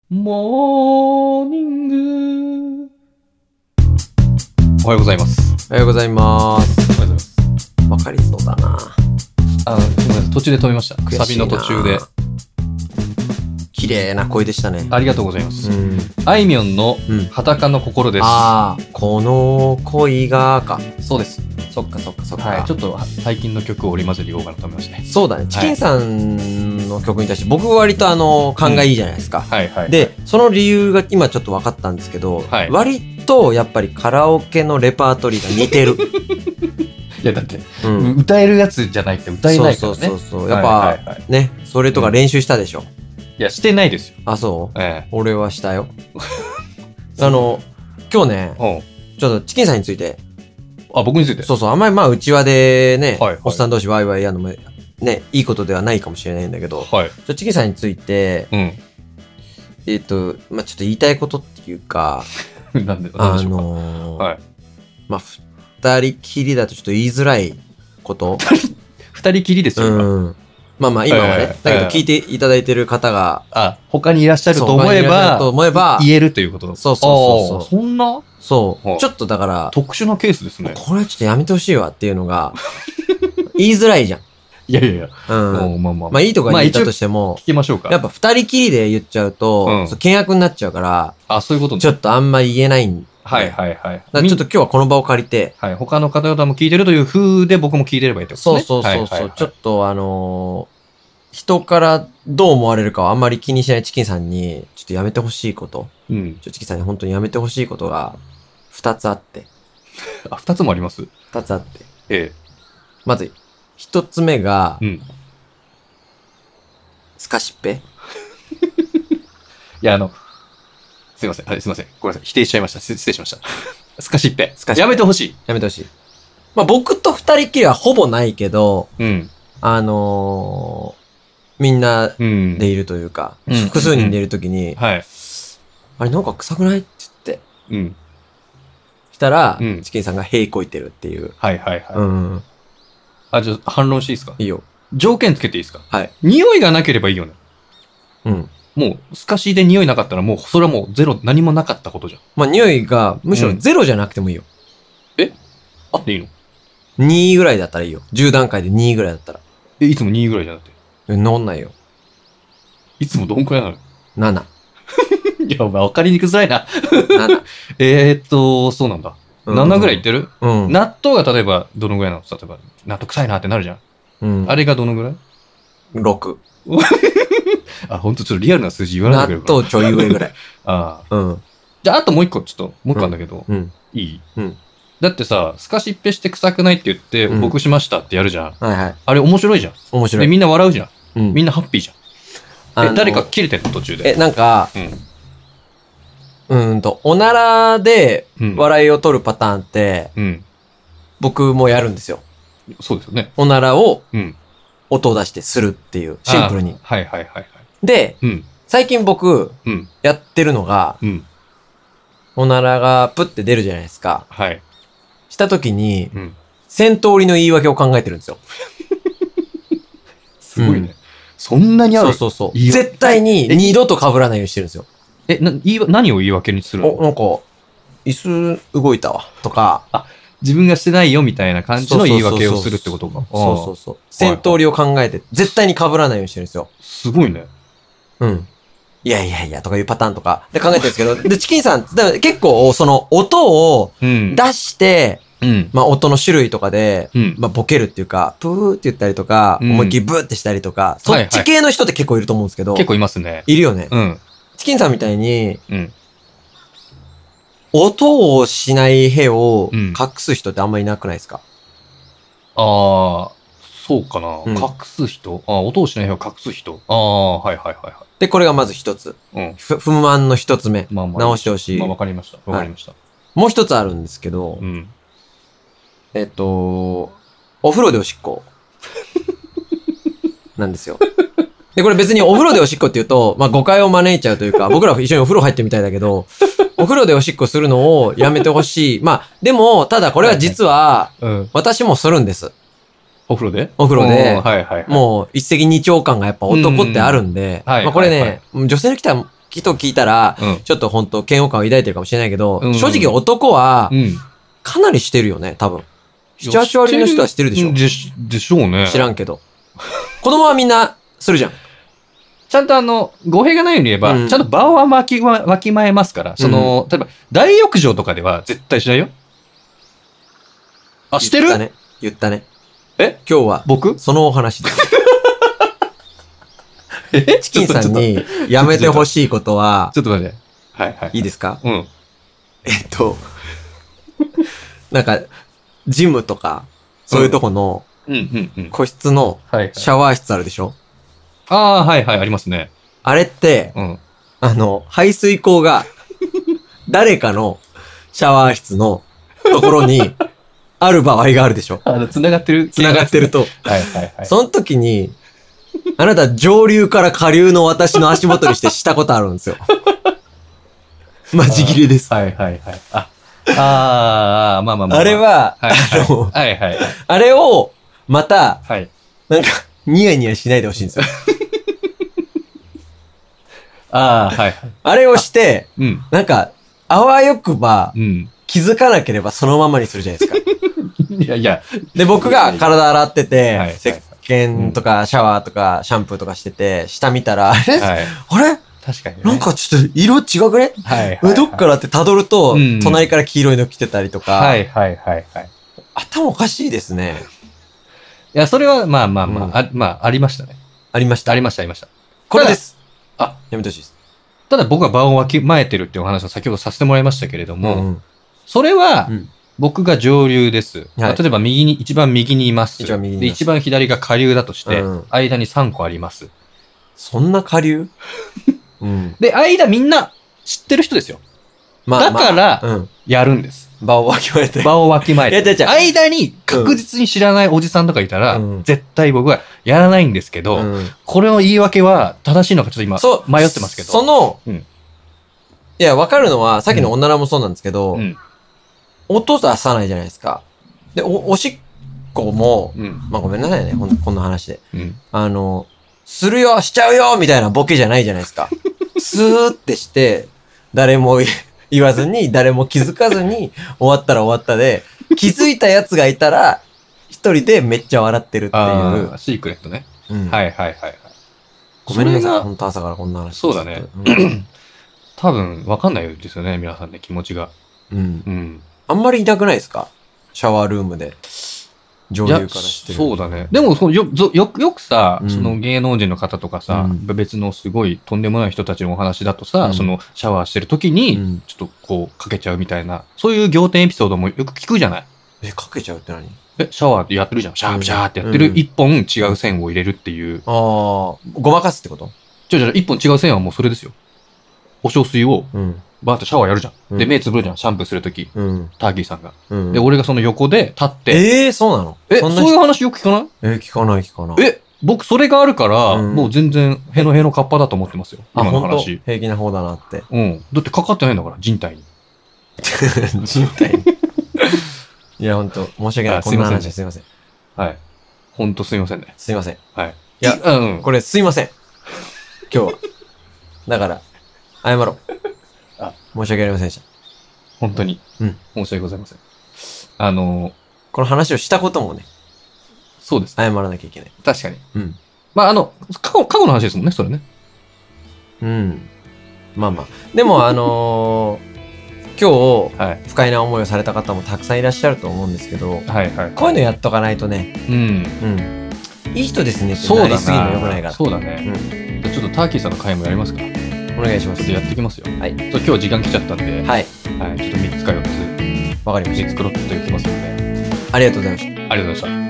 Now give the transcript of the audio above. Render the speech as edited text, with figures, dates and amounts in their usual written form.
モーニング。おはようございます。 おはようございます。 おはようございます。 わかりそうだな。 すみません、途中で止めました。 悔しいな。 サビの途中で。 綺麗な声でしたね。 ありがとうございます。 うん。 あいみょんの裸の心です。 ああ、この恋がか。 そうです。 そっかそっかそっか。 はい、ちょっと最近の曲を織り交ぜていこうかなと思いまして。 そうだね。チキンさんの曲に対して僕割と勘がいいじゃないですか。 はいはい。 で、その理由が今ちょっと分かったんですけど、 はい、 割とやっぱりカラオケのレパートリーが似てる。 いやだって、歌えるやつじゃないって歌えないからね。 そうやっぱ、ね、それとか練習したでしょ。 いや、してないですよ。 あ、そう？ ええ。 俺はしたよ。今日ね、ちょっとチキンさんについて。 あ、僕について？ そうそう、あんまり内輪でね、 はいはい、 おっさん同士ワイワイやるのもね、いいことではないかもしれないんだけど、 はい、 チキンさんについて、ちょっと言いたいことっていうか、 なんでしょうか。 二人きりだとちょっと言いづらいこと。 二人きりですよ、 今はね、だけど聞いていただいてる方が、 他にいらっしゃると思えば、言えるということ。 そう。 そんな？ そう。ちょっとだから、 特殊なケースですね。 これちょっとやめてほしいわっていうのが、言いづらいじゃん。 いや。 まあいいとか言ったとしても、 聞きましょうか。 やっぱ二人きりで言っちゃうと、険悪になっちゃうから、 そういうことね。 ちょっとあんま言えないんで。 はい。 ちょっと今日はこの場を借りて、 他の方々も聞いてるという風で僕も聞いてればいいってことですね。 そう。ちょっと人からどう思われるかはあんまり気にしないチキンさんに、ちょっとやめてほしいこと。チキンさんに本当にやめてほしいことが2つあって。 2つもあります？ 2 つあって。 ええ。 まず、1つ目が、スカシッペ。 いや、すいません。ごめんなさい。否定しちゃいました。失礼しました。スカシッペ。やめてほしい。 やめてほしい。まあ僕と2人きりはほぼないけど、みんなでいるというか、複数人でいるときに、あれなんか臭くないって言って、したら、チキンさんが屁こいてるっていう。じゃあ反論していいですか？ いいよ。 条件つけていいですか？ はい。 匂いがなければいいよね。もう、スカシで匂いなかったらもう、それはもうゼロ、何もなかったことじゃん。 まあ匂いが、むしろゼロじゃなくてもいいよ。 あっていいの？ 2 ぐらいだったらいいよ。10段階で2ぐらいだったら。 いつも2ぐらいじゃなくて。 乗んないよ。 いつもどんくらいなの？ 7。 いや、わかりにくづらいな。 7。 そうなんだ。7ぐらいいってる？納豆が例えばどのぐらいなの？例えば、納豆臭いなってなるじゃん。あれがどのぐらい？ 6。 ほんとちょっとリアルな数字言わないでくれる納豆ちょい上ぐらい。 じゃあ、あともう一個、もう一個あるんだけど、いい？だってさ、スカシッペして臭くないって言って、僕しましたってやるじゃん。あれ面白いじゃん。 面白い。 で、みんな笑うじゃん。みんなハッピーじゃん。誰か切れてんの途中で。 なんか、おならで笑いを取るパターンって、僕もやるんですよ。 そうですよね。 おならを音を出してするっていう、シンプルに。で、最近僕、やってるのが、おならがプッて出るじゃないですか。した時に、1000通りの言い訳を考えてるんですよ。 すごいね。そんなにある？ そう。絶対に二度と被らないようにしてるんですよ。 何を言い訳にするの？ なんか、椅子動いたわ、とか。 自分がしてないよみたいな感じの言い訳をするってことか。 そう。1000通りを考えて、絶対に被らないようにしてるんですよ。 すごいね。 いや、とかいうパターンとかで考えてるんですけど、で、チキンさん、結構、その、音を出して、まあ、音の種類とかで、まあ、ボケるっていうか、プーって言ったりとか、思いっきりブーってしたりとか、そっち系の人って結構いると思うんですけど。 結構いますね。 いるよね。チキンさんみたいに、音をしない屁を隠す人ってあんまりいなくないですか？ そうかな。隠す人？音をしない屁を隠す人？はい。 で、これがまず一つ。不満の一つ目。直してほしい。 わかりました。 もう一つあるんですけど、お風呂でおしっこ。なんですよ。で、これ別にお風呂でおしっこって言うと、まあ誤解を招いちゃうというか、僕ら一緒にお風呂入ってみたいだけど、お風呂でおしっこするのをやめてほしい。まあ、でも、ただこれは実は、私もするんです。 お風呂でもう一石二鳥感がやっぱ男ってあるんで、まあこれね、女性の人は人聞いたら、ちょっと本当嫌悪感を抱いてるかもしれないけど、正直男は、かなりしてるよね、多分。7、8割の人はしてるでしょ。 でしょうね。 知らんけど。子供はみんな、するじゃん。 ちゃんと語弊がないように言えば、ちゃんと場をわきまえますから、例えば、大浴場とかでは絶対しないよ。あ、してる？ 言ったね。 え？ 今日は、 僕？ そのお話です。チキンさんにやめてほしいことは、 ちょっと待って。はいはい。 いいですか？ うん。 なんか、ジムとか、そういうとこの、個室のシャワー室あるでしょ？ ああ、はいはい、ありますね。 あれって、排水口が、誰かのシャワー室のところに、ある場合があるでしょ？ 繋がってる。 繋がってると。 はいはいはい。 その時に、あなた上流から下流の私の足元にしてしたことあるんですよ。マジ切れです。 はいはいはい。まあまあまあ。 あれは、 はいはい。 あれを、また、なんか、ニヤニヤしないでほしいんですよ。 はい。 あれをして、なんか、あわよくば、気づかなければそのままにするじゃないですか。 いやいや。 で、僕が体洗ってて、石鹸とかシャワーとかシャンプーとかしてて、下見たら、あれ確かに。 なんかちょっと色違くね？どっからって辿ると、隣から黄色いの来てたりとか。頭おかしいですね。 いや、それは、まあ、ありましたね。 ありました。これです。やめてほしいです。 ただ僕は場をわきまえてるっていうお話を先ほどさせてもらいましたけれども、それは、僕が上流です。例えば一番右にいます。で、一番左が下流だとして、間に3個あります。 そんな下流？ で、間みんな知ってる人ですよ。だから、やるんです。 場をわきまえて。 場をわきまえて。間に確実に知らないおじさんとかいたら、絶対僕はやらないんですけど、これの言い訳は正しいのかちょっと今迷ってますけど。 いや、わかるのは、さっきの女らもそうなんですけど、音出さないじゃないですか。で、おしっこも、まあごめんなさいね、こんな話で。するよ、しちゃうよみたいなボケじゃないじゃないですか。スーってして、誰も言わずに、誰も気づかずに、終わったら終わったで、気づいたやつがいたら、一人でめっちゃ笑ってるっていう。 シークレットね。はい。 ごめんなさい、本当朝からこんな話。 そうだね。多分、わかんないですよね、皆さんね、気持ちが。 あんまりいなくないですか？シャワールームで。上流からしてる。 そうだね。でもよくさ、その芸能人の方とかさ、別のすごいとんでもない人たちのお話だとさ、そのシャワーしてる時に、ちょっとこうかけちゃうみたいな、そういう仰天エピソードもよく聞くじゃない？ かけちゃうって何？ シャワーってやってるじゃん。シャーってやってる一本違う線を入れるっていう。 ごまかすってこと？ 一本違う線はもうそれですよ。お小水を、バーってシャワーやるじゃん。で、目つぶるじゃん。シャンプーするとき。ターキーさんが。で、俺がその横で立って。 そうなの？ そういう話よく聞かない？ 聞かない。 僕それがあるから、もう全然へのカッパだと思ってますよ。今の話。 平気な方だなって。 だってかかってないんだから、人体に。 人体に。いや、ほんと、申し訳ない。こんな話すいません。 はい。ほんとすいませんね。 すいません。 はい。 いや、これすいません。今日は。だから、謝ろう。申し訳ありませんでした。 本当に。申し訳ございません。 この話をしたこともね。 そうです。 謝らなきゃいけない。 確かに。まあ、過去の話ですもんね、それね。 まあまあ。でも今日、不快な思いをされた方もたくさんいらっしゃると思うんですけど、こういうのやっとかないとね、いい人ですねってなりすぎるのよくないから。 そうだね。ちょっとターキーさんの回もやりますか？ お願いします。 ちょっとやっていきますよ。 はい。 今日時間来ちゃったんで、 はい。 ちょっと3つか4つ、 わかりました。 作ろうといきますので。 ありがとうございました。 ありがとうございました。